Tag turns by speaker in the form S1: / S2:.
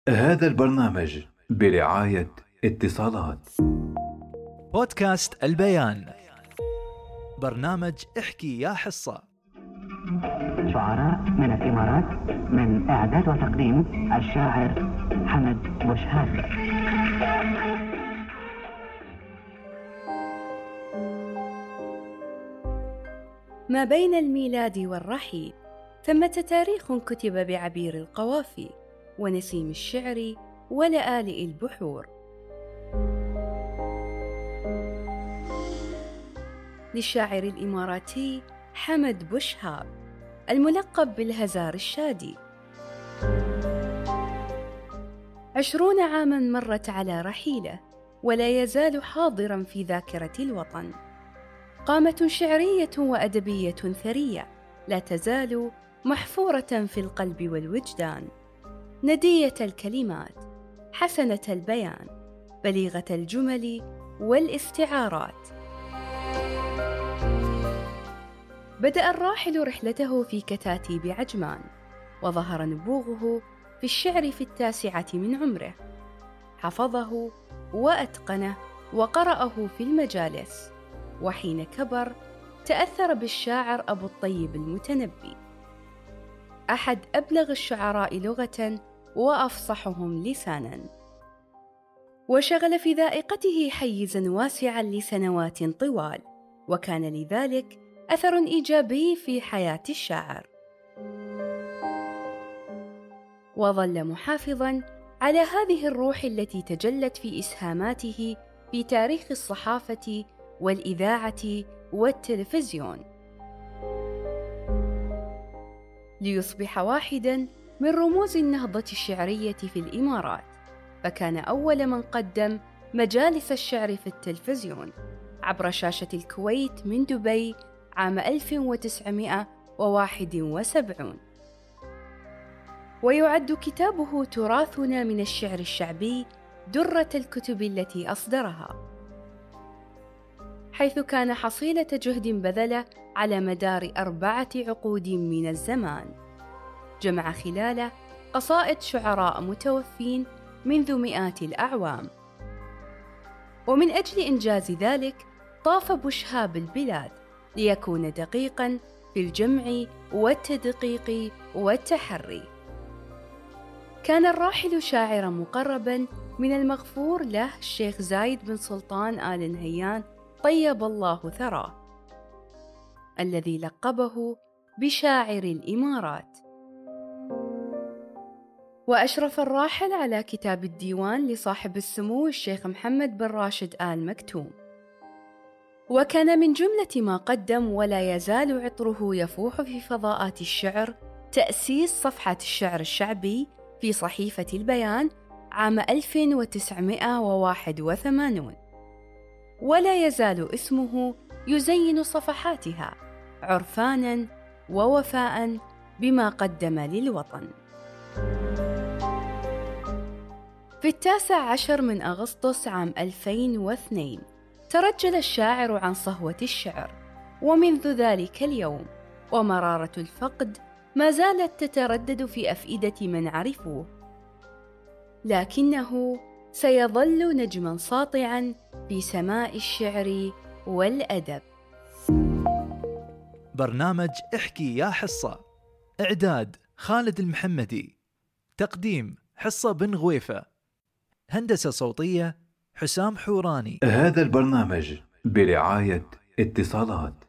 S1: هذا البرنامج برعاية اتصالات.
S2: بودكاست البيان، برنامج احكي يا حصة.
S3: شعراء من الإمارات، من إعداد وتقديم الشاعر حمد بوشهاب.
S4: ما بين الميلاد والرحيل ثمة تاريخ كتب بعبير القوافي ونسيم الشعر ولآلئ البحور. للشاعر الإماراتي حمد بوشهاب الملقب بالهزار الشادي. 20 عاماً مرت على رحيله ولا يزال حاضراً في ذاكرة الوطن. قامة شعرية وأدبية ثرية لا تزال محفورة في القلب والوجدان، ندية الكلمات، حسنة البيان، بليغة الجمل والاستعارات. بدأ الراحل رحلته في كتاتيب عجمان، وظهر نبوغه في الشعر في 9 من عمره. حفظه وأتقنه وقرأه في المجالس، وحين كبر تأثر بالشاعر أبو الطيب المتنبي، أحد أبلغ الشعراء لغة وأفصحهم لساناً، وشغل في ذائقته حيزاً واسعاً لسنوات طوال، وكان لذلك أثر إيجابي في حياة الشاعر. وظل محافظاً على هذه الروح التي تجلت في إسهاماته في تاريخ الصحافة والإذاعة والتلفزيون، ليصبح واحداً من رموز النهضة الشعرية في الإمارات، فكان أول من قدم مجالس الشعر في التلفزيون عبر شاشة الكويت من دبي عام 1971. ويعد كتابه تراثنا من الشعر الشعبي درة الكتب التي أصدرها، حيث كان حصيلة جهد بذله على مدار 4 عقود من الزمان، جمع خلاله قصائد شعراء متوفين منذ مئات الأعوام. ومن أجل إنجاز ذلك طاف بوشهاب البلاد ليكون دقيقاً في الجمع والتدقيق والتحري. كان الراحل شاعراً مقرباً من المغفور له الشيخ زايد بن سلطان آل نهيان طيب الله ثراه، الذي لقبه بشاعر الإمارات. وأشرف الراحل على كتاب الديوان لصاحب السمو الشيخ محمد بن راشد آل مكتوم. وكان من جملة ما قدم ولا يزال عطره يفوح في فضاءات الشعر تأسيس صفحة الشعر الشعبي في صحيفة البيان عام 1981، ولا يزال اسمه يزين صفحاتها عرفاناً ووفاءً بما قدم للوطن. في 19 من أغسطس عام 2002 ترجل الشاعر عن صهوة الشعر، ومنذ ذلك اليوم ومرارة الفقد ما زالت تتردد في أفئدة من عرفوه، لكنه سيظل نجماً ساطعاً في سماء الشعر والأدب.
S2: برنامج احكي يا حصة، إعداد خالد المحمدي، تقديم حصة بن غويفة، هندسة صوتية حسام حوراني.
S1: هذا البرنامج برعاية اتصالات.